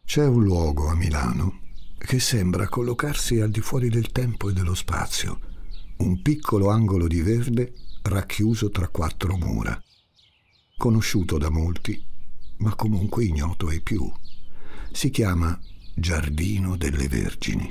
C'è un luogo a Milano che sembra collocarsi al di fuori del tempo e dello spazio, un piccolo angolo di verde racchiuso tra quattro mura, conosciuto da molti, ma comunque ignoto ai più. Si chiama Giardino delle Vergini.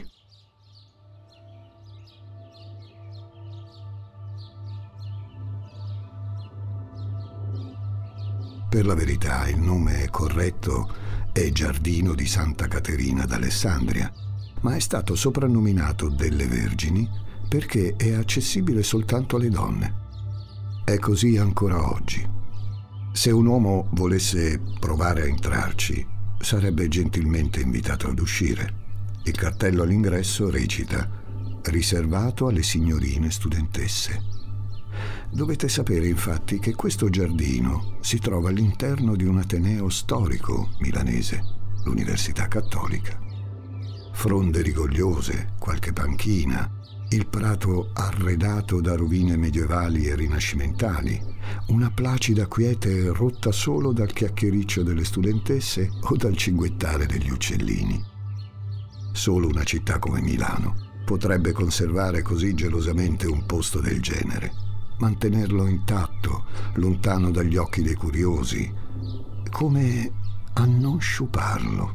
Per la verità, il nome corretto è Giardino di Santa Caterina d'Alessandria, ma è stato soprannominato delle Vergini perché è accessibile soltanto alle donne. È così ancora oggi. Se un uomo volesse provare a entrarci, sarebbe gentilmente invitato ad uscire. Il cartello all'ingresso recita: riservato alle signorine studentesse. Dovete sapere infatti che questo giardino si trova all'interno di un ateneo storico milanese, l'Università Cattolica. Fronde rigogliose, qualche panchina, il prato arredato da rovine medievali e rinascimentali, una placida quiete rotta solo dal chiacchiericcio delle studentesse o dal cinguettare degli uccellini. Solo una città come Milano potrebbe conservare così gelosamente un posto del genere, mantenerlo intatto, lontano dagli occhi dei curiosi, come a non sciuparlo.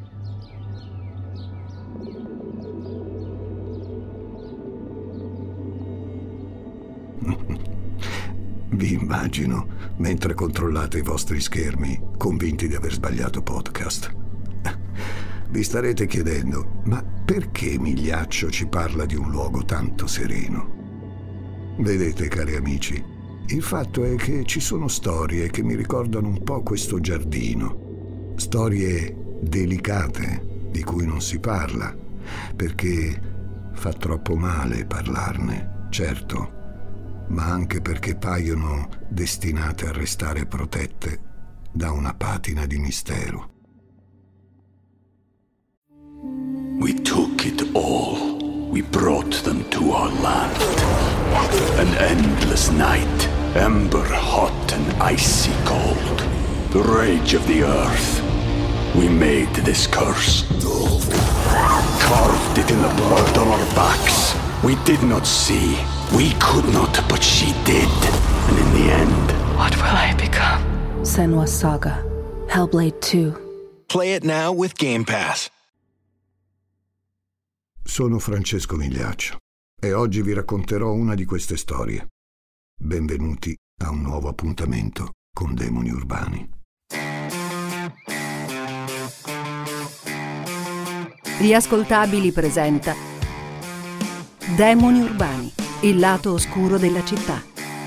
Vi immagino mentre controllate i vostri schermi, convinti di aver sbagliato podcast. Vi starete chiedendo: ma perché Migliaccio ci parla di un luogo tanto sereno? Vedete, cari amici, il fatto è che ci sono storie che mi ricordano un po' questo giardino. Storie delicate di cui non si parla, perché fa troppo male parlarne, certo, ma anche perché paiono destinate a restare protette da una patina di mistero. We took it all. We brought them to our land. An endless night, ember hot and icy cold. The rage of the earth. We made this curse. Carved it in the blood on our backs. We did not see. We could not, but she did. And in the end... What will I become? Senua's Saga. Hellblade 2. Play it now with Game Pass. Sono Francesco Migliaccio e oggi vi racconterò una di queste storie. Benvenuti a un nuovo appuntamento con Demoni Urbani. Gli Ascoltabili presenta Demoni Urbani, il lato oscuro della città.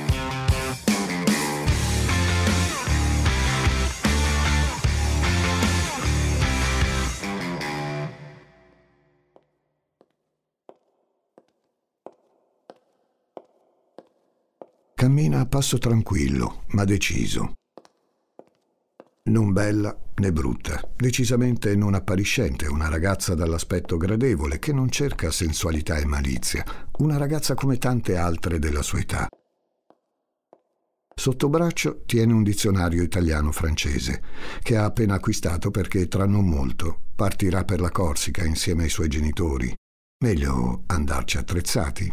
Cammina a passo tranquillo, ma deciso. Non bella né brutta, decisamente non appariscente, una ragazza dall'aspetto gradevole che non cerca sensualità e malizia, una ragazza come tante altre della sua età. Sotto braccio tiene un dizionario italiano-francese che ha appena acquistato perché tra non molto partirà per la Corsica insieme ai suoi genitori. Meglio andarci attrezzati.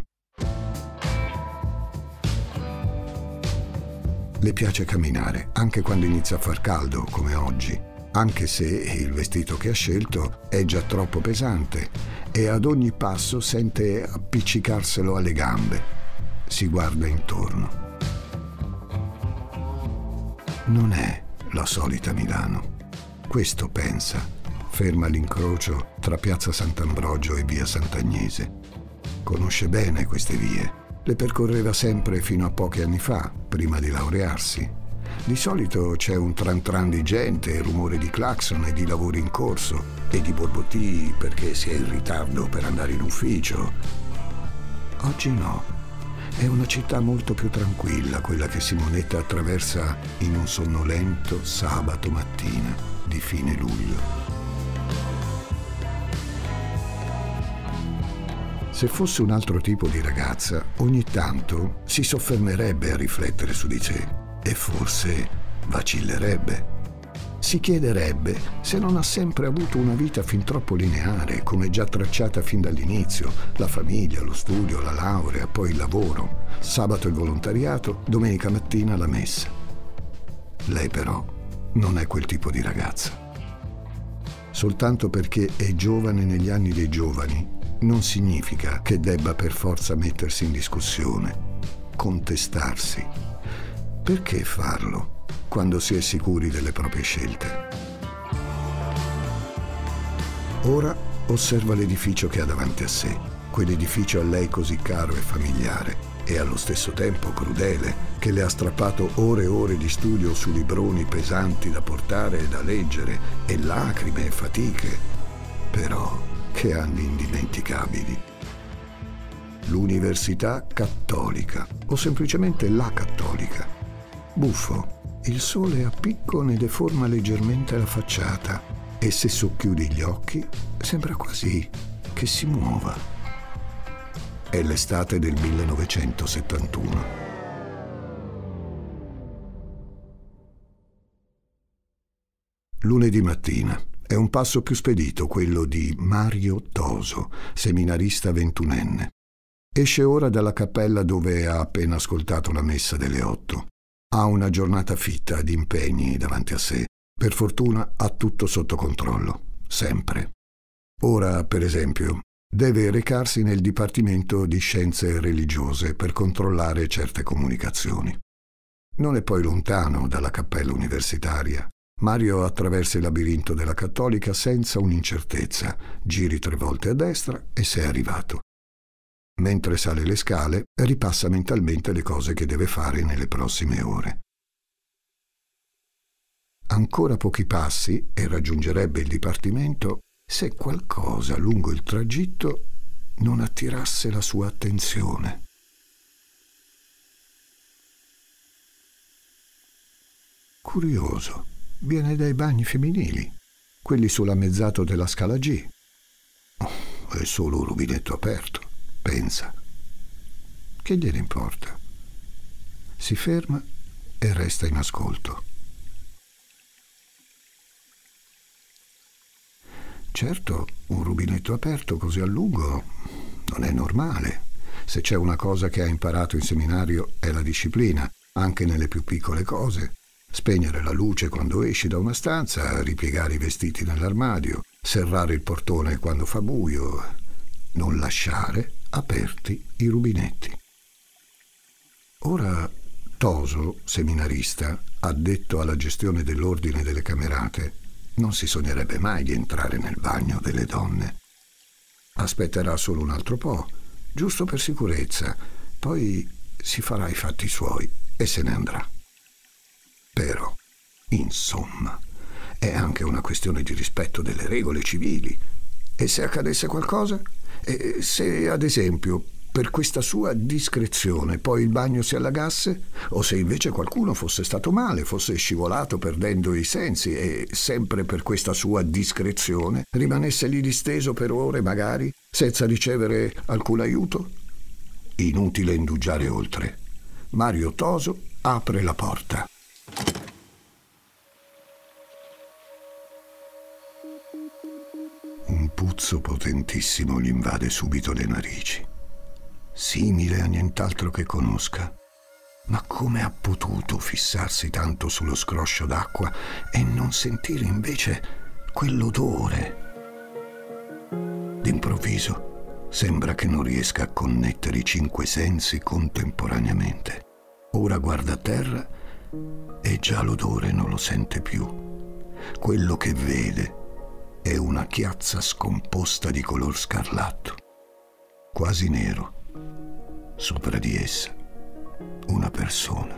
Le piace camminare, anche quando inizia a far caldo, come oggi, anche se il vestito che ha scelto è già troppo pesante e ad ogni passo sente appiccicarselo alle gambe. Si guarda intorno. Non è la solita Milano. Questo pensa, ferma all'incrocio tra Piazza Sant'Ambrogio e Via Sant'Agnese. Conosce bene queste vie. Le percorreva sempre fino a pochi anni fa, prima di laurearsi. Di solito c'è un tran tran di gente, rumore di clacson e di lavori in corso, e di borbotti perché si è in ritardo per andare in ufficio. Oggi no. È una città molto più tranquilla quella che Simonetta attraversa in un sonnolento sabato mattina di fine luglio. Se fosse un altro tipo di ragazza, ogni tanto si soffermerebbe a riflettere su di sé e forse vacillerebbe. Si chiederebbe se non ha sempre avuto una vita fin troppo lineare, come già tracciata fin dall'inizio: la famiglia, lo studio, la laurea, poi il lavoro, sabato il volontariato, domenica mattina la messa. Lei però non è quel tipo di ragazza. Soltanto perché è giovane negli anni dei giovani non significa che debba per forza mettersi in discussione, contestarsi. Perché farlo quando si è sicuri delle proprie scelte? Ora osserva l'edificio che ha davanti a sé, quell'edificio a lei così caro e familiare e allo stesso tempo crudele, che le ha strappato ore e ore di studio su libroni pesanti da portare e da leggere, e lacrime e fatiche, però che anni indimenticabili. L'Università Cattolica, o semplicemente la Cattolica. Buffo, il sole a picco ne deforma leggermente la facciata e se socchiudi gli occhi sembra quasi che si muova. È l'estate del 1971. Lunedì mattina. È un passo più spedito quello di Mario Toso, seminarista 21enne. Esce ora dalla cappella dove ha appena ascoltato la messa delle 8. Ha una giornata fitta di impegni davanti a sé. Per fortuna ha tutto sotto controllo, sempre. Ora, per esempio, deve recarsi nel Dipartimento di Scienze Religiose per controllare certe comunicazioni. Non è poi lontano dalla cappella universitaria. Mario attraversa il labirinto della Cattolica senza un'incertezza, giri 3 volte a destra e sei arrivato. Mentre sale le scale, ripassa mentalmente le cose che deve fare nelle prossime ore. Ancora pochi passi e raggiungerebbe il dipartimento se qualcosa lungo il tragitto non attirasse la sua attenzione. Curioso, viene dai bagni femminili, quelli sull'ammezzato della scala G. Oh, è solo un rubinetto aperto, pensa. Che gliene importa? Si ferma e resta in ascolto. Certo, un rubinetto aperto così a lungo non è normale. Se c'è una cosa che ha imparato in seminario è la disciplina, anche nelle più piccole cose. Spegnere la luce quando esci da una stanza, ripiegare i vestiti nell'armadio, serrare il portone quando fa buio, non lasciare aperti i rubinetti. Ora Toso, seminarista, addetto alla gestione dell'ordine delle camerate, non si sognerebbe mai di entrare nel bagno delle donne. Aspetterà solo un altro po', giusto per sicurezza, poi si farà i fatti suoi e se ne andrà. Però, insomma, è anche una questione di rispetto delle regole civili. E se accadesse qualcosa? E se, ad esempio, per questa sua discrezione poi il bagno si allagasse? O se invece qualcuno fosse stato male, fosse scivolato perdendo i sensi e, sempre per questa sua discrezione, rimanesse lì disteso per ore magari, senza ricevere alcun aiuto? Inutile indugiare oltre. Mario Toso apre la porta. Un puzzo potentissimo gli invade subito le narici, simile a nient'altro che conosca. Ma come ha potuto fissarsi tanto sullo scroscio d'acqua e non sentire invece quell'odore? D'improvviso sembra che non riesca a connettere i 5 sensi contemporaneamente. Ora guarda a terra e già l'odore non lo sente più. Quello che vede è una chiazza scomposta di color scarlatto, quasi nero. Sopra di essa una persona.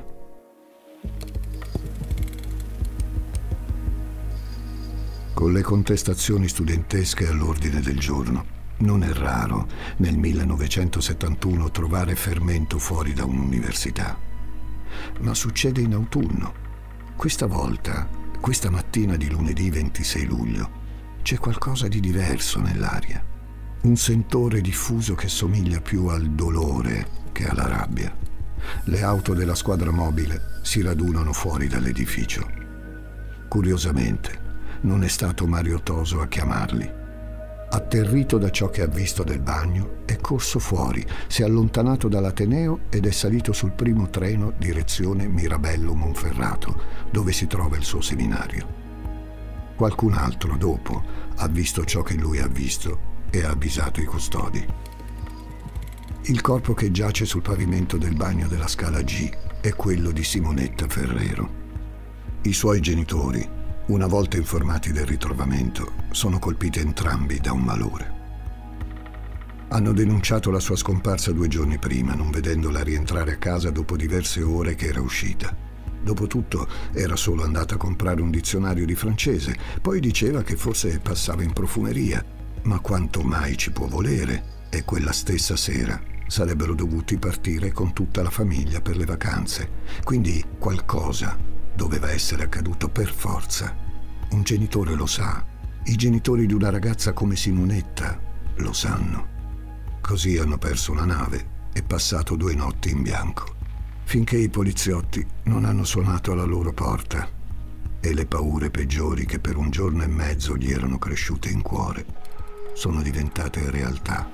Con le contestazioni studentesche all'ordine del giorno, non è raro nel 1971 trovare fermento fuori da un'università. Ma succede in autunno. Questa volta, questa mattina di lunedì 26 luglio, c'è qualcosa di diverso nell'aria. Un sentore diffuso che somiglia più al dolore che alla rabbia. Le auto della squadra mobile si radunano fuori dall'edificio. Curiosamente, non è stato Mario Toso a chiamarli. Atterrito da ciò che ha visto del bagno, è corso fuori, si è allontanato dall'Ateneo ed è salito sul primo treno direzione Mirabello-Monferrato, dove si trova il suo seminario. Qualcun altro, dopo, ha visto ciò che lui ha visto e ha avvisato i custodi. Il corpo che giace sul pavimento del bagno della Scala G è quello di Simonetta Ferrero. I suoi genitori, una volta informati del ritrovamento, sono colpiti entrambi da un malore. Hanno denunciato la sua scomparsa 2 giorni prima, non vedendola rientrare a casa dopo diverse ore che era uscita. Dopotutto era solo andata a comprare un dizionario di francese, poi diceva che forse passava in profumeria, ma quanto mai ci può volere? E quella stessa sera sarebbero dovuti partire con tutta la famiglia per le vacanze, quindi qualcosa doveva essere accaduto per forza. Un genitore lo sa, i genitori di una ragazza come Simonetta lo sanno. Così hanno perso una nave e passato 2 notti in bianco, finché i poliziotti non hanno suonato alla loro porta e le paure peggiori che per 1 giorno e mezzo gli erano cresciute in cuore sono diventate realtà.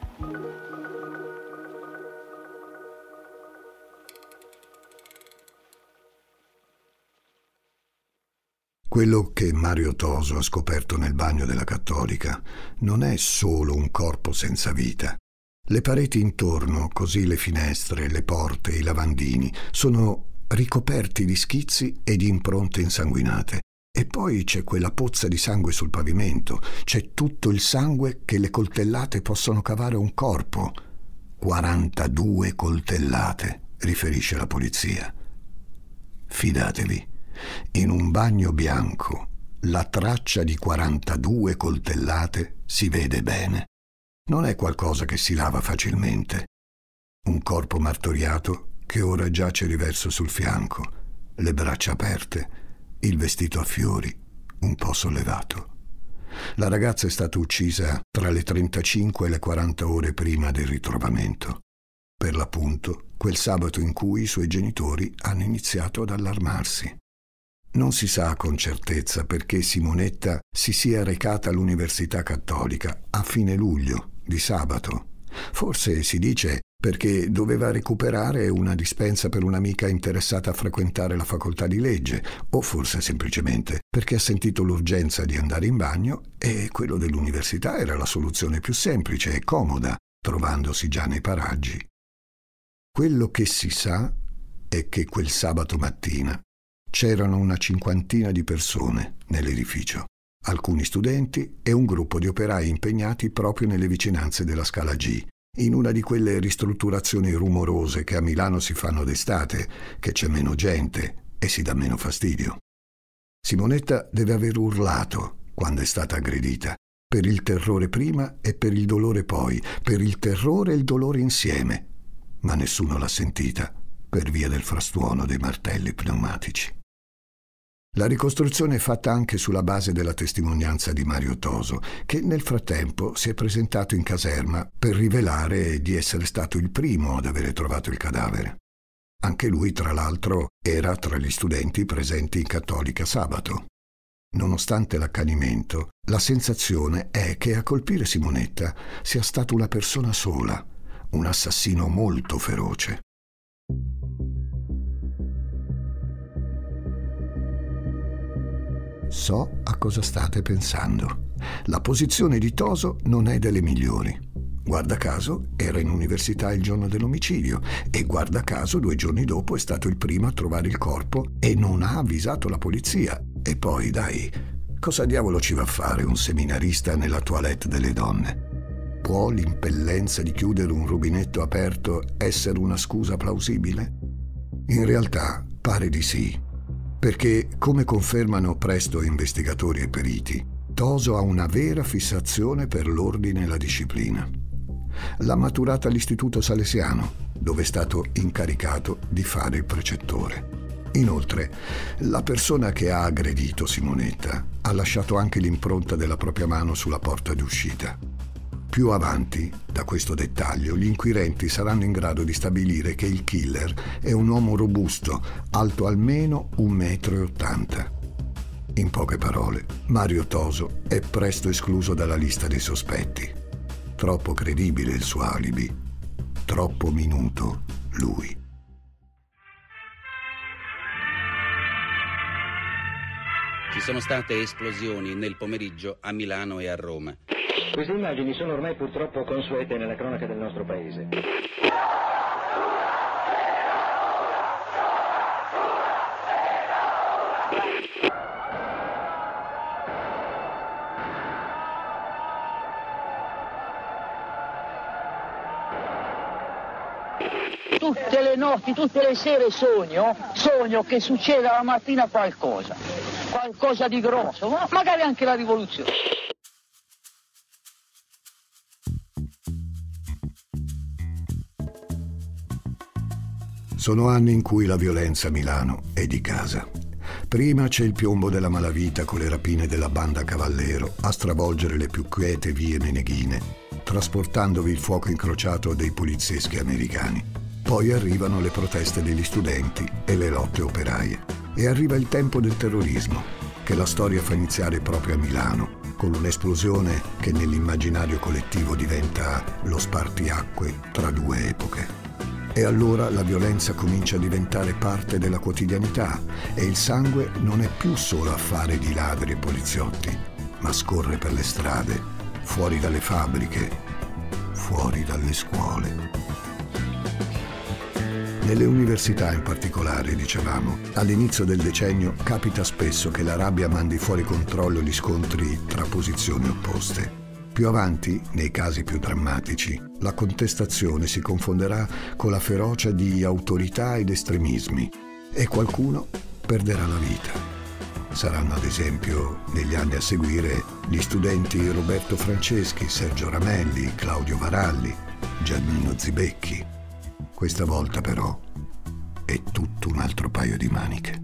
Quello che Mario Toso ha scoperto nel bagno della Cattolica non è solo un corpo senza vita. Le pareti intorno, così le finestre, le porte, i lavandini, sono ricoperti di schizzi e di impronte insanguinate. E poi c'è quella pozza di sangue sul pavimento, c'è tutto il sangue che le coltellate possono cavare a un corpo. 42 coltellate, riferisce la polizia. Fidatevi, in un bagno bianco la traccia di 42 coltellate si vede bene. Non è qualcosa che si lava facilmente. Un corpo martoriato che ora giace riverso sul fianco, le braccia aperte, il vestito a fiori, un po' sollevato. La ragazza è stata uccisa tra le 35 e le 40 ore prima del ritrovamento. Per l'appunto, quel sabato in cui i suoi genitori hanno iniziato ad allarmarsi. Non si sa con certezza perché Simonetta si sia recata all'Università Cattolica a fine luglio, di sabato. Forse si dice perché doveva recuperare una dispensa per un'amica interessata a frequentare la facoltà di legge, o forse semplicemente perché ha sentito l'urgenza di andare in bagno e quello dell'università era la soluzione più semplice e comoda, trovandosi già nei paraggi. Quello che si sa è che quel sabato mattina c'erano una 50 di persone nell'edificio, alcuni studenti e un gruppo di operai impegnati proprio nelle vicinanze della Scala G, in una di quelle ristrutturazioni rumorose che a Milano si fanno d'estate, che c'è meno gente e si dà meno fastidio. Simonetta deve aver urlato quando è stata aggredita, per il terrore prima e per il dolore poi, per il terrore e il dolore insieme, ma nessuno l'ha sentita per via del frastuono dei martelli pneumatici. La ricostruzione è fatta anche sulla base della testimonianza di Mario Toso, che nel frattempo si è presentato in caserma per rivelare di essere stato il primo ad avere trovato il cadavere. Anche lui, tra l'altro, era tra gli studenti presenti in Cattolica sabato. Nonostante l'accanimento, la sensazione è che a colpire Simonetta sia stata una persona sola, un assassino molto feroce. So a cosa state pensando. La posizione di Toso non è delle migliori. Guarda caso era in università il giorno dell'omicidio e guarda caso 2 giorni dopo è stato il primo a trovare il corpo e non ha avvisato la polizia. E poi, dai, cosa diavolo ci va a fare un seminarista nella toilette delle donne? Può l'impellenza di chiudere un rubinetto aperto essere una scusa plausibile? In realtà pare di sì. Perché, come confermano presto investigatori e periti, Toso ha una vera fissazione per l'ordine e la disciplina. L'ha maturata all'Istituto Salesiano, dove è stato incaricato di fare il precettore. Inoltre, la persona che ha aggredito Simonetta ha lasciato anche l'impronta della propria mano sulla porta d'uscita. Più avanti, da questo dettaglio, gli inquirenti saranno in grado di stabilire che il killer è un uomo robusto, alto almeno 1,80 m. In poche parole, Mario Toso è presto escluso dalla lista dei sospetti. Troppo credibile il suo alibi, troppo minuto lui. Ci sono state esplosioni nel pomeriggio a Milano e a Roma. Queste immagini sono ormai purtroppo consuete nella cronaca del nostro paese. Tutte le notti, tutte le sere sogno che succeda la mattina qualcosa di grosso, magari anche la rivoluzione. Sono anni in cui la violenza a Milano è di casa. Prima c'è il piombo della malavita con le rapine della banda Cavallero a stravolgere le più quiete vie meneghine, trasportandovi il fuoco incrociato dei polizieschi americani. Poi arrivano le proteste degli studenti e le lotte operaie. E arriva il tempo del terrorismo, che la storia fa iniziare proprio a Milano, con un'esplosione che nell'immaginario collettivo diventa lo spartiacque tra due epoche. E allora la violenza comincia a diventare parte della quotidianità e il sangue non è più solo affare di ladri e poliziotti, ma scorre per le strade, fuori dalle fabbriche, fuori dalle scuole. Nelle università in particolare, dicevamo, all'inizio del decennio capita spesso che la rabbia mandi fuori controllo gli scontri tra posizioni opposte. Più avanti, nei casi più drammatici, la contestazione si confonderà con la ferocia di autorità ed estremismi e qualcuno perderà la vita. Saranno ad esempio, negli anni a seguire, gli studenti Roberto Franceschi, Sergio Ramelli, Claudio Varalli, Giannino Zibecchi. Questa volta però è tutto un altro paio di maniche.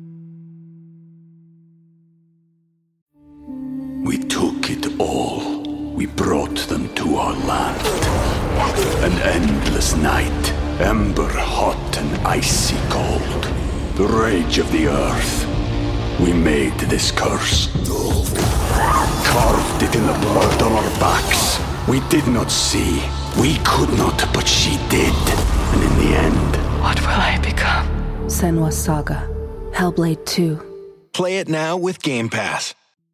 We took it all. We brought them to our land. An endless night, ember hot and icy cold. The rage of the earth. We made this curse. Carved it in the blood on our backs. We did not see. We could not, but she did. And in the end... What will I become? Senua's Saga. Hellblade 2. Play it now with Game Pass.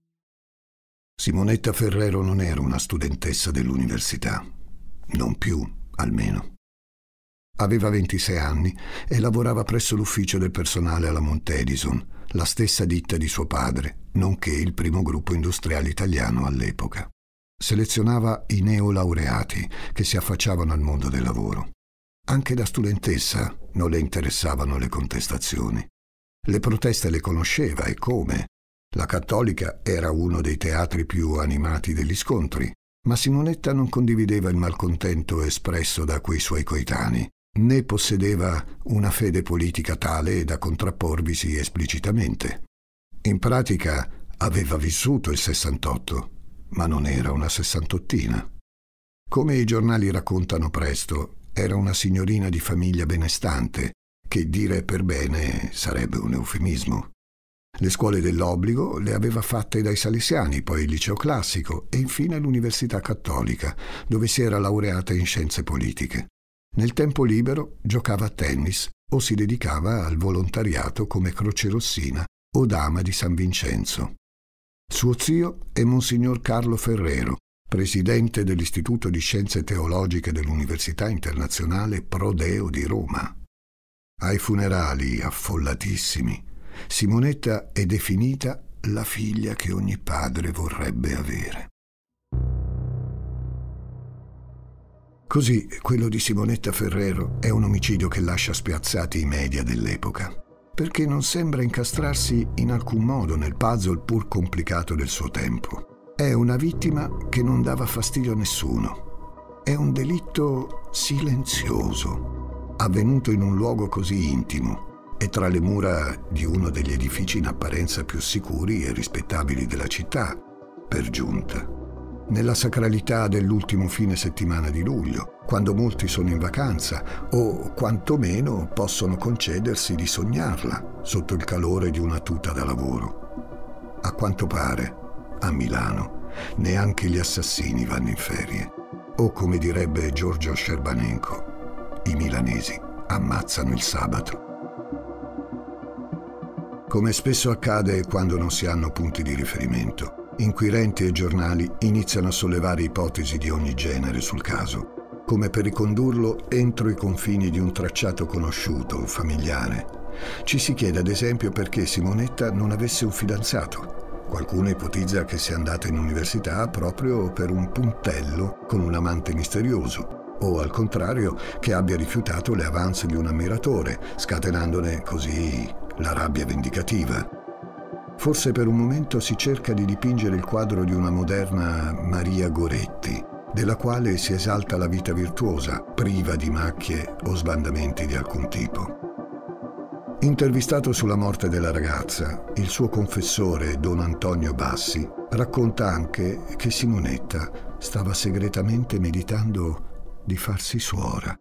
Simonetta Ferrero non era una studentessa dell'università. Non più, almeno. Aveva 26 anni e lavorava presso l'ufficio del personale alla Montedison, la stessa ditta di suo padre, nonché il primo gruppo industriale italiano all'epoca. Selezionava i neolaureati che si affacciavano al mondo del lavoro. Anche da studentessa non le interessavano le contestazioni. Le proteste le conosceva e come. La Cattolica era uno dei teatri più animati degli scontri, ma Simonetta non condivideva il malcontento espresso da quei suoi coetanei, né possedeva una fede politica tale da contrapporvisi esplicitamente. In pratica aveva vissuto il 68, ma non era una sessantottina. Come i giornali raccontano presto, era una signorina di famiglia benestante, che dire per bene sarebbe un eufemismo. Le scuole dell'obbligo le aveva fatte dai salesiani, poi il liceo classico e infine l'Università Cattolica, dove si era laureata in scienze politiche. Nel tempo libero giocava a tennis o si dedicava al volontariato come crocerossina o dama di San Vincenzo. Suo zio è Monsignor Carlo Ferrero, presidente dell'Istituto di Scienze Teologiche dell'Università Internazionale Pro Deo di Roma. Ai funerali affollatissimi, Simonetta è definita la figlia che ogni padre vorrebbe avere. Così, quello di Simonetta Ferrero è un omicidio che lascia spiazzati i media dell'epoca, perché non sembra incastrarsi in alcun modo nel puzzle pur complicato del suo tempo. È una vittima che non dava fastidio a nessuno. È un delitto silenzioso, avvenuto in un luogo così intimo e tra le mura di uno degli edifici in apparenza più sicuri e rispettabili della città, per giunta. Nella sacralità dell'ultimo fine settimana di luglio, quando molti sono in vacanza o quantomeno possono concedersi di sognarla sotto il calore di una tuta da lavoro. A quanto pare, a Milano, neanche gli assassini vanno in ferie. O come direbbe Giorgio Scerbanenko, i milanesi ammazzano il sabato. Come spesso accade quando non si hanno punti di riferimento, inquirenti e giornali iniziano a sollevare ipotesi di ogni genere sul caso, come per ricondurlo entro i confini di un tracciato conosciuto, familiare. Ci si chiede ad esempio perché Simonetta non avesse un fidanzato. Qualcuno ipotizza che sia andata in università proprio per un puntello con un amante misterioso, o al contrario che abbia rifiutato le avance di un ammiratore, scatenandone così la rabbia vendicativa. Forse per un momento si cerca di dipingere il quadro di una moderna Maria Goretti, della quale si esalta la vita virtuosa, priva di macchie o sbandamenti di alcun tipo. Intervistato sulla morte della ragazza, il suo confessore, don Antonio Bassi, racconta anche che Simonetta stava segretamente meditando di farsi suora.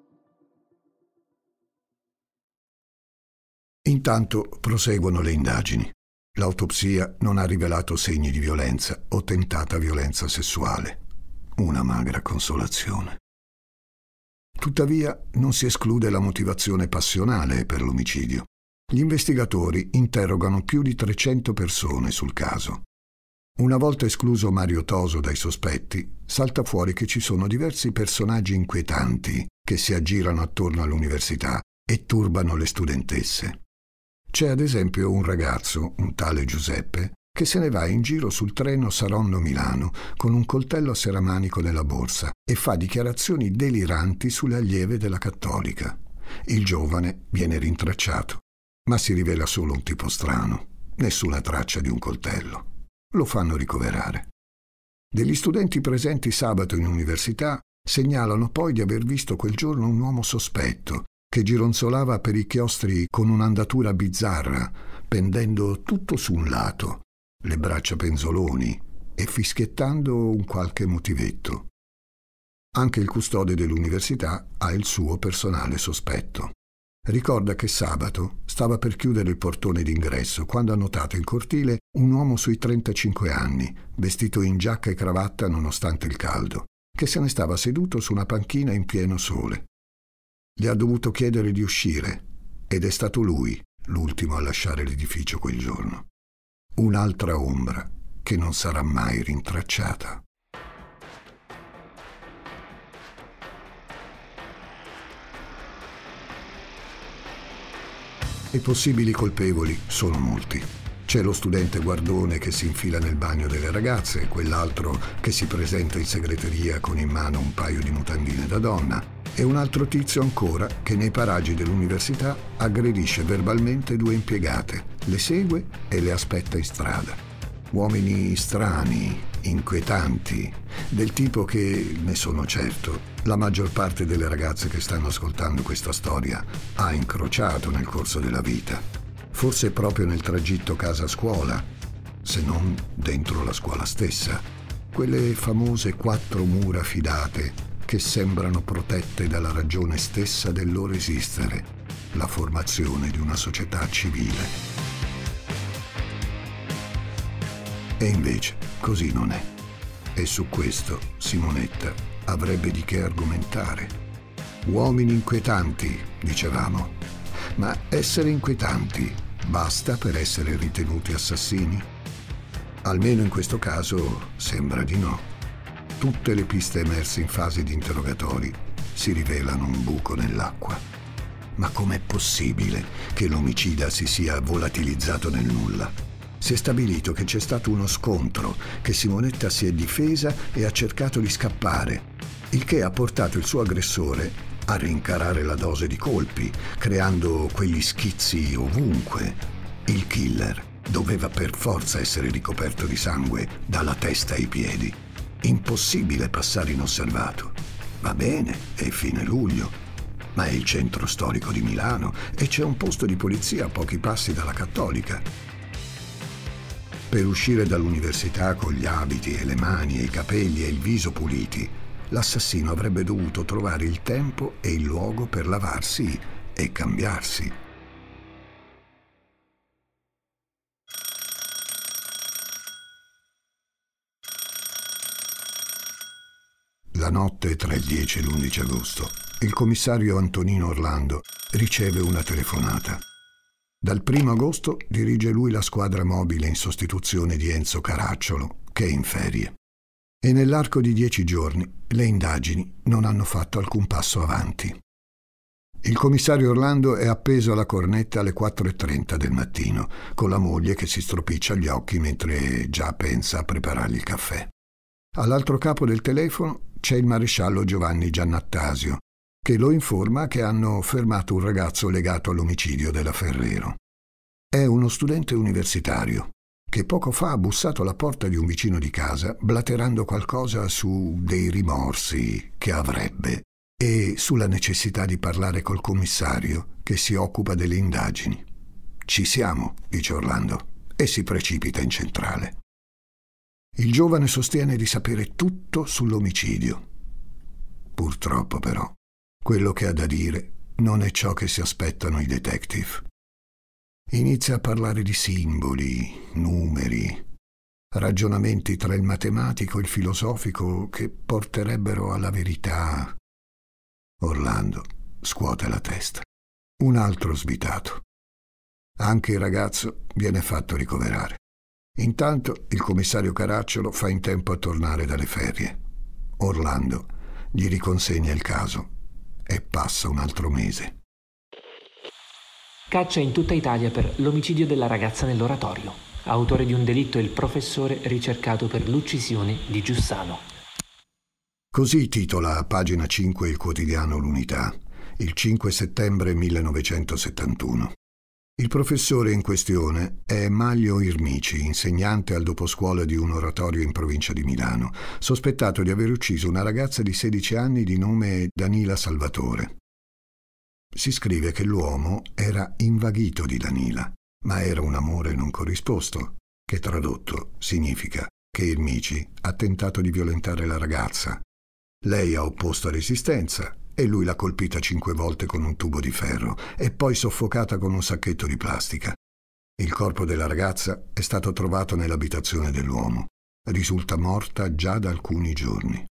Intanto proseguono le indagini. L'autopsia non ha rivelato segni di violenza o tentata violenza sessuale. Una magra consolazione. Tuttavia non si esclude la motivazione passionale per l'omicidio. Gli investigatori interrogano più di 300 persone sul caso. Una volta escluso Mario Toso dai sospetti, salta fuori che ci sono diversi personaggi inquietanti che si aggirano attorno all'università e turbano le studentesse. C'è ad esempio un ragazzo, un tale Giuseppe, che se ne va in giro sul treno Saronno-Milano con un coltello a serramanico nella borsa e fa dichiarazioni deliranti sulle allieve della Cattolica. Il giovane viene rintracciato, ma si rivela solo un tipo strano, nessuna traccia di un coltello. Lo fanno ricoverare. Degli studenti presenti sabato in università segnalano poi di aver visto quel giorno un uomo sospetto che gironzolava per i chiostri con un'andatura bizzarra, pendendo tutto su un lato, le braccia penzoloni e fischiettando un qualche motivetto. Anche il custode dell'università ha il suo personale sospetto. Ricorda che sabato stava per chiudere il portone d'ingresso quando ha notato in cortile un uomo sui 35 anni, vestito in giacca e cravatta nonostante il caldo, che se ne stava seduto su una panchina in pieno sole. Gli ha dovuto chiedere di uscire ed è stato lui l'ultimo a lasciare l'edificio quel giorno. Un'altra ombra che non sarà mai rintracciata. I possibili colpevoli sono molti. C'è lo studente guardone che si infila nel bagno delle ragazze, quell'altro che si presenta in segreteria con in mano un paio di mutandine da donna, e un altro tizio ancora che nei paraggi dell'università aggredisce verbalmente 2 impiegate, le segue e le aspetta in strada. Uomini strani, inquietanti, del tipo che, ne sono certo, la maggior parte delle ragazze che stanno ascoltando questa storia ha incrociato nel corso della vita, forse proprio nel tragitto casa-scuola, se non dentro la scuola stessa, quelle famose 4 mura fidate che sembrano protette dalla ragione stessa del loro esistere, la formazione di una società civile. E invece così non è. E su questo Simonetta avrebbe di che argomentare. Uomini inquietanti, dicevamo. Ma essere inquietanti basta per essere ritenuti assassini? Almeno in questo caso sembra di no. Tutte le piste emerse in fase di interrogatori si rivelano un buco nell'acqua. Ma com'è possibile che l'omicida si sia volatilizzato nel nulla? Si è stabilito che c'è stato uno scontro, che Simonetta si è difesa e ha cercato di scappare, il che ha portato il suo aggressore a rincarare la dose di colpi, creando quegli schizzi ovunque. Il killer doveva per forza essere ricoperto di sangue dalla testa ai piedi. Impossibile passare inosservato. Va bene, è fine luglio, ma è il centro storico di Milano e c'è un posto di polizia a pochi passi dalla Cattolica. Per uscire dall'università con gli abiti e le mani e i capelli e il viso puliti, l'assassino avrebbe dovuto trovare il tempo e il luogo per lavarsi e cambiarsi. La notte tra il 10 e l'11 agosto, il commissario Antonino Orlando riceve una telefonata. Dal 1 agosto dirige lui la squadra mobile in sostituzione di Enzo Caracciolo, che è in ferie. E nell'arco di 10 giorni le indagini non hanno fatto alcun passo avanti. Il commissario Orlando è appeso alla cornetta alle 4:30 del mattino, con la moglie che si stropiccia gli occhi mentre già pensa a preparargli il caffè. All'altro capo del telefono c'è il maresciallo Giovanni Giannattasio, che lo informa che hanno fermato un ragazzo legato all'omicidio della Ferrero. È uno studente universitario che poco fa ha bussato alla porta di un vicino di casa blaterando qualcosa su dei rimorsi che avrebbe e sulla necessità di parlare col commissario che si occupa delle indagini. «Ci siamo», dice Orlando, e si precipita in centrale. Il giovane sostiene di sapere tutto sull'omicidio. Purtroppo, però, quello che ha da dire non è ciò che si aspettano i detective. Inizia a parlare di simboli, numeri, ragionamenti tra il matematico e il filosofico che porterebbero alla verità. Orlando scuote la testa. Un altro svitato. Anche il ragazzo viene fatto ricoverare. Intanto il commissario Caracciolo fa in tempo a tornare dalle ferie. Orlando gli riconsegna il caso e passa un altro mese. Caccia in tutta Italia per l'omicidio della ragazza nell'oratorio. Autore di un delitto il professore ricercato per l'uccisione di Giussano. Così titola a pagina 5 il quotidiano L'Unità, il 5 settembre 1971. Il professore in questione è Maglio Irmici, insegnante al doposcuola di un oratorio in provincia di Milano, sospettato di aver ucciso una ragazza di 16 anni di nome Danila Salvatore. Si scrive che l'uomo era invaghito di Danila, ma era un amore non corrisposto, che tradotto significa che Irmici ha tentato di violentare la ragazza. Lei ha opposto resistenza e lui l'ha colpita 5 volte con un tubo di ferro e poi soffocata con un sacchetto di plastica. Il corpo della ragazza è stato trovato nell'abitazione dell'uomo. Risulta morta già da alcuni giorni.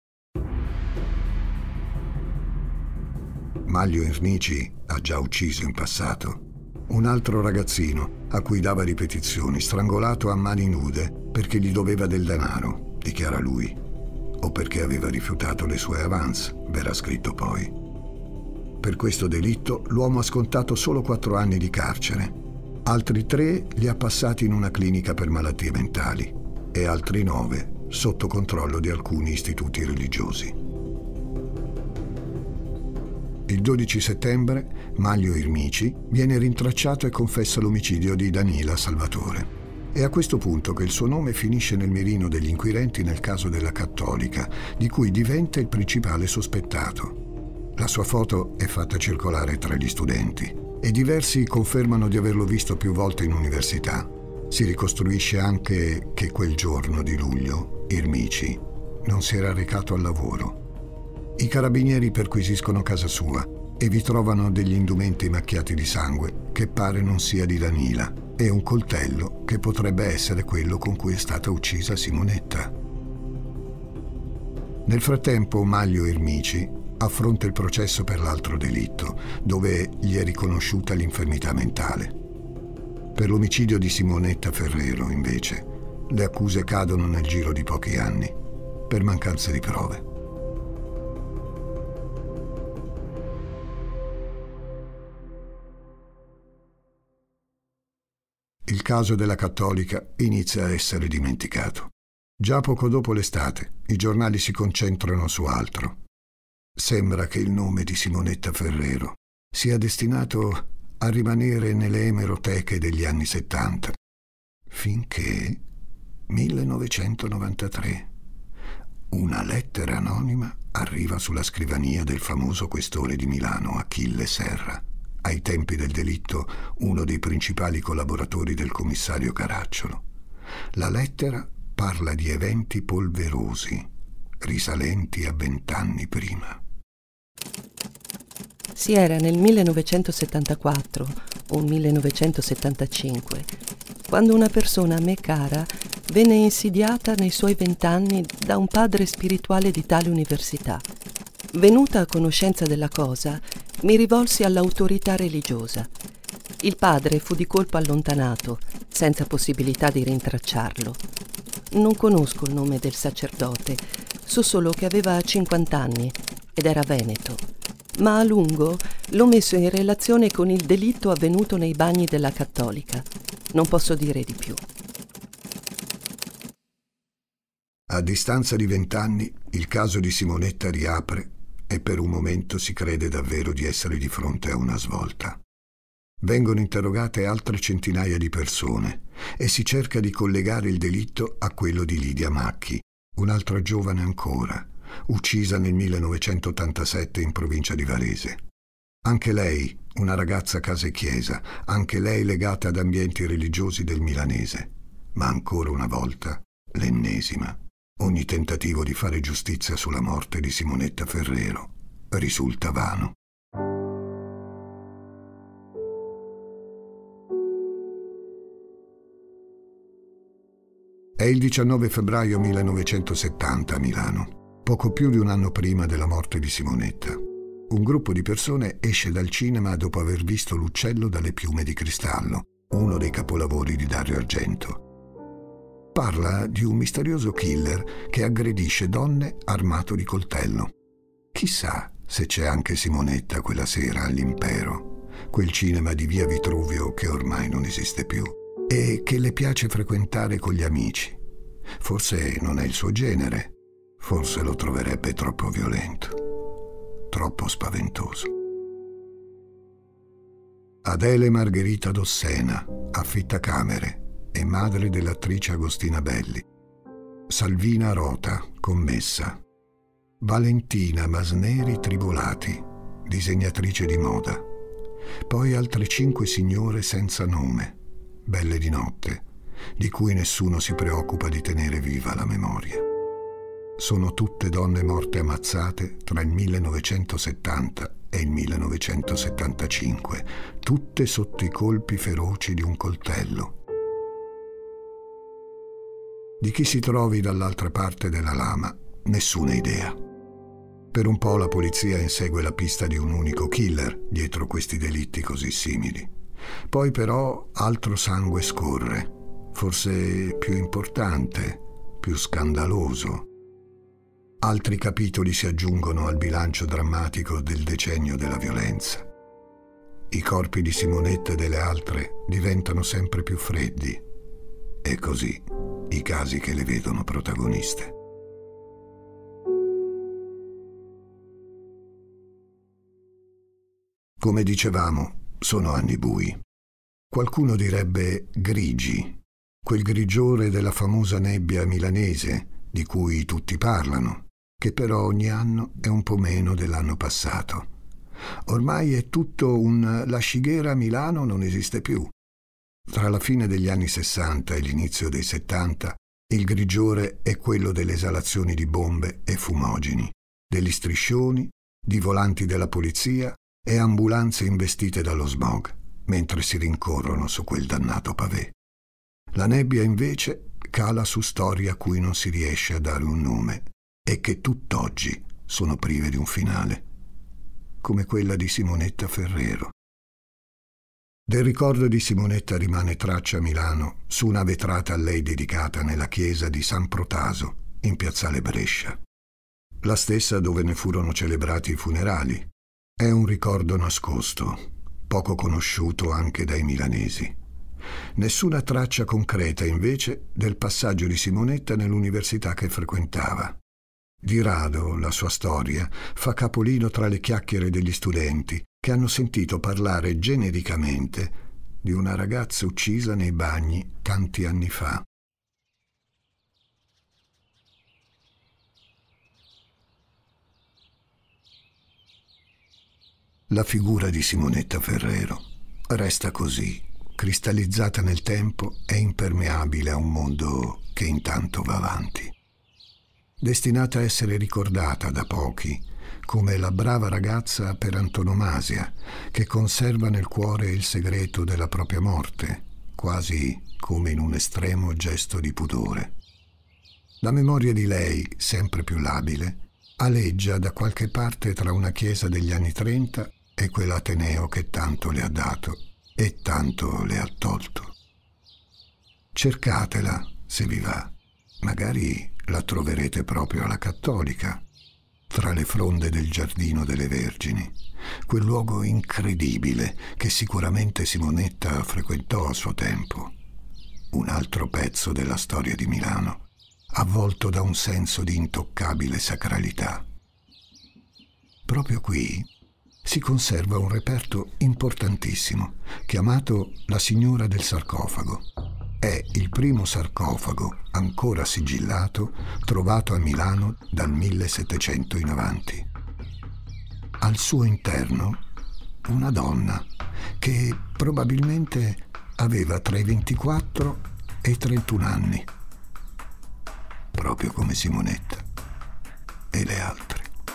Maglio Irmici ha già ucciso in passato un altro ragazzino a cui dava ripetizioni, strangolato a mani nude perché gli doveva del denaro, dichiara lui, o perché aveva rifiutato le sue avance, verrà scritto poi. Per questo delitto l'uomo ha scontato solo 4 anni di carcere. Altri 3 li ha passati in una clinica per malattie mentali e altri 9 sotto controllo di alcuni istituti religiosi. Il 12 settembre Maglio Irmici viene rintracciato e confessa l'omicidio di Danila Salvatore. È a questo punto che il suo nome finisce nel mirino degli inquirenti nel caso della Cattolica, di cui diventa il principale sospettato. La sua foto è fatta circolare tra gli studenti e diversi confermano di averlo visto più volte in università. Si ricostruisce anche che quel giorno di luglio Irmici non si era recato al lavoro. I carabinieri perquisiscono casa sua e vi trovano degli indumenti macchiati di sangue che pare non sia di Danila e un coltello che potrebbe essere quello con cui è stata uccisa Simonetta. Nel frattempo Maglio Irmici affronta il processo per l'altro delitto, dove gli è riconosciuta l'infermità mentale. Per l'omicidio di Simonetta Ferrero, invece, le accuse cadono nel giro di pochi anni, per mancanza di prove. Il caso della Cattolica inizia a essere dimenticato. Già poco dopo l'estate, i giornali si concentrano su altro. Sembra che il nome di Simonetta Ferrero sia destinato a rimanere nelle emeroteche degli anni 70, finché 1993 una lettera anonima arriva sulla scrivania del famoso questore di Milano, Achille Serra, ai tempi del delitto uno dei principali collaboratori del commissario Caracciolo. La lettera parla di eventi polverosi, risalenti a 20 anni prima. Si era nel 1974 o 1975, quando una persona a me cara venne insidiata nei suoi 20 anni da un padre spirituale di tale università. Venuta a conoscenza della cosa, mi rivolsi all'autorità religiosa. Il padre fu di colpo allontanato, senza possibilità di rintracciarlo. Non conosco il nome del sacerdote, so solo che aveva 50 anni ed era veneto. Ma a lungo l'ho messo in relazione con il delitto avvenuto nei bagni della Cattolica. Non posso dire di più. A distanza di 20 anni, il caso di Simonetta riapre e per un momento si crede davvero di essere di fronte a una svolta. Vengono interrogate altre centinaia di persone e si cerca di collegare il delitto a quello di Lidia Macchi, un'altra giovane ancora, uccisa nel 1987 in provincia di Varese. Anche lei, una ragazza casa e chiesa, anche lei legata ad ambienti religiosi del milanese. Ma ancora una volta, l'ennesima. Ogni tentativo di fare giustizia sulla morte di Simonetta Ferrero risulta vano. È il 19 febbraio 1970 a Milano, poco più di un anno prima della morte di Simonetta. Un gruppo di persone esce dal cinema dopo aver visto L'uccello dalle piume di cristallo, uno dei capolavori di Dario Argento. Parla di un misterioso killer che aggredisce donne armato di coltello. Chissà se c'è anche Simonetta quella sera all'Impero, quel cinema di via Vitruvio che ormai non esiste più e che le piace frequentare con gli amici. Forse non è il suo genere, forse lo troverebbe troppo violento, troppo spaventoso. Adele Margherita Dossena, affittacamere e madre dell'attrice Agostina Belli. Salvina Rota, commessa. Valentina Masneri Tribolati, disegnatrice di moda. Poi altre 5 signore senza nome, belle di notte, di cui nessuno si preoccupa di tenere viva la memoria. Sono tutte donne morte ammazzate tra il 1970 e il 1975, tutte sotto i colpi feroci di un coltello. Di chi si trovi dall'altra parte della lama, nessuna idea. Per un po' la polizia insegue la pista di un unico killer dietro questi delitti così simili. Poi però altro sangue scorre, forse più importante, più scandaloso. Altri capitoli si aggiungono al bilancio drammatico del decennio della violenza. I corpi di Simonetta e delle altre diventano sempre più freddi, e così i casi che le vedono protagoniste. Come dicevamo, sono anni bui. Qualcuno direbbe grigi, quel grigiore della famosa nebbia milanese di cui tutti parlano, che però ogni anno è un po' meno dell'anno passato. Ormai è tutto un lascighera a Milano non esiste più. Tra la fine degli anni 60 e l'inizio dei 70, il grigiore è quello delle esalazioni di bombe e fumogeni, degli striscioni, di volanti della polizia e ambulanze investite dallo smog, mentre si rincorrono su quel dannato pavé. La nebbia, invece, cala su storie a cui non si riesce a dare un nome e che tutt'oggi sono prive di un finale, come quella di Simonetta Ferrero. Del ricordo di Simonetta rimane traccia a Milano su una vetrata a lei dedicata nella chiesa di San Protaso, in piazzale Brescia. La stessa dove ne furono celebrati i funerali. È un ricordo nascosto, poco conosciuto anche dai milanesi. Nessuna traccia concreta, invece, del passaggio di Simonetta nell'università che frequentava. Di rado la sua storia fa capolino tra le chiacchiere degli studenti che hanno sentito parlare genericamente di una ragazza uccisa nei bagni tanti anni fa. La figura di Simonetta Ferrero resta così, cristallizzata nel tempo e impermeabile a un mondo che intanto va avanti. Destinata a essere ricordata da pochi come la brava ragazza per antonomasia che conserva nel cuore il segreto della propria morte, quasi come in un estremo gesto di pudore. La memoria di lei, sempre più labile, aleggia da qualche parte tra una chiesa degli anni 30 e quell'Ateneo che tanto le ha dato e tanto le ha tolto. Cercatela, se vi va. Magari la troverete proprio alla Cattolica, tra le fronde del Giardino delle Vergini, quel luogo incredibile che sicuramente Simonetta frequentò a suo tempo. Un altro pezzo della storia di Milano, avvolto da un senso di intoccabile sacralità. Proprio qui si conserva un reperto importantissimo, chiamato la Signora del Sarcofago. È il primo sarcofago ancora sigillato trovato a Milano dal 1700 in avanti. Al suo interno una donna che probabilmente aveva tra i 24 e i 31 anni, proprio come Simonetta e le altre.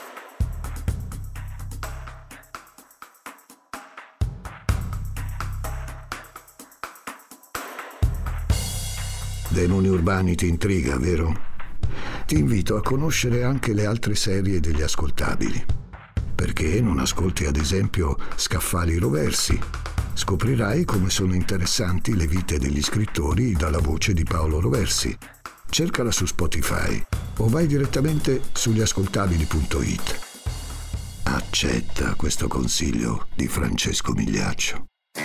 Demoni Urbani ti intriga, vero? Ti invito a conoscere anche le altre serie degli ascoltabili. Perché non ascolti ad esempio Scaffali Roversi? Scoprirai come sono interessanti le vite degli scrittori dalla voce di Paolo Roversi. Cercala su Spotify o vai direttamente sugliascoltabili.it. Accetta questo consiglio di Francesco Migliaccio.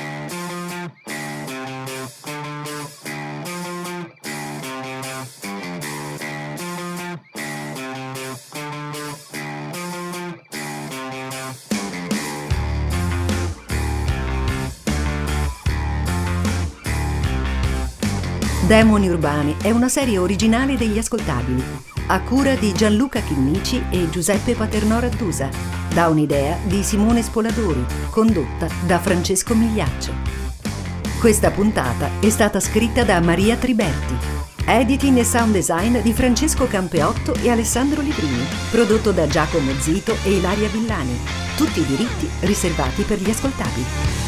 Demoni Urbani è una serie originale degli Ascoltabili, a cura di Gianluca Chinnici e Giuseppe Paternò Raddusa, da un'idea di Simone Spoladori, condotta da Francesco Migliaccio. Questa puntata è stata scritta da Maria Triberti, editing e sound design di Francesco Campeotto e Alessandro Livrini, prodotto da Giacomo Zito e Ilaria Villani, tutti i diritti riservati per gli Ascoltabili.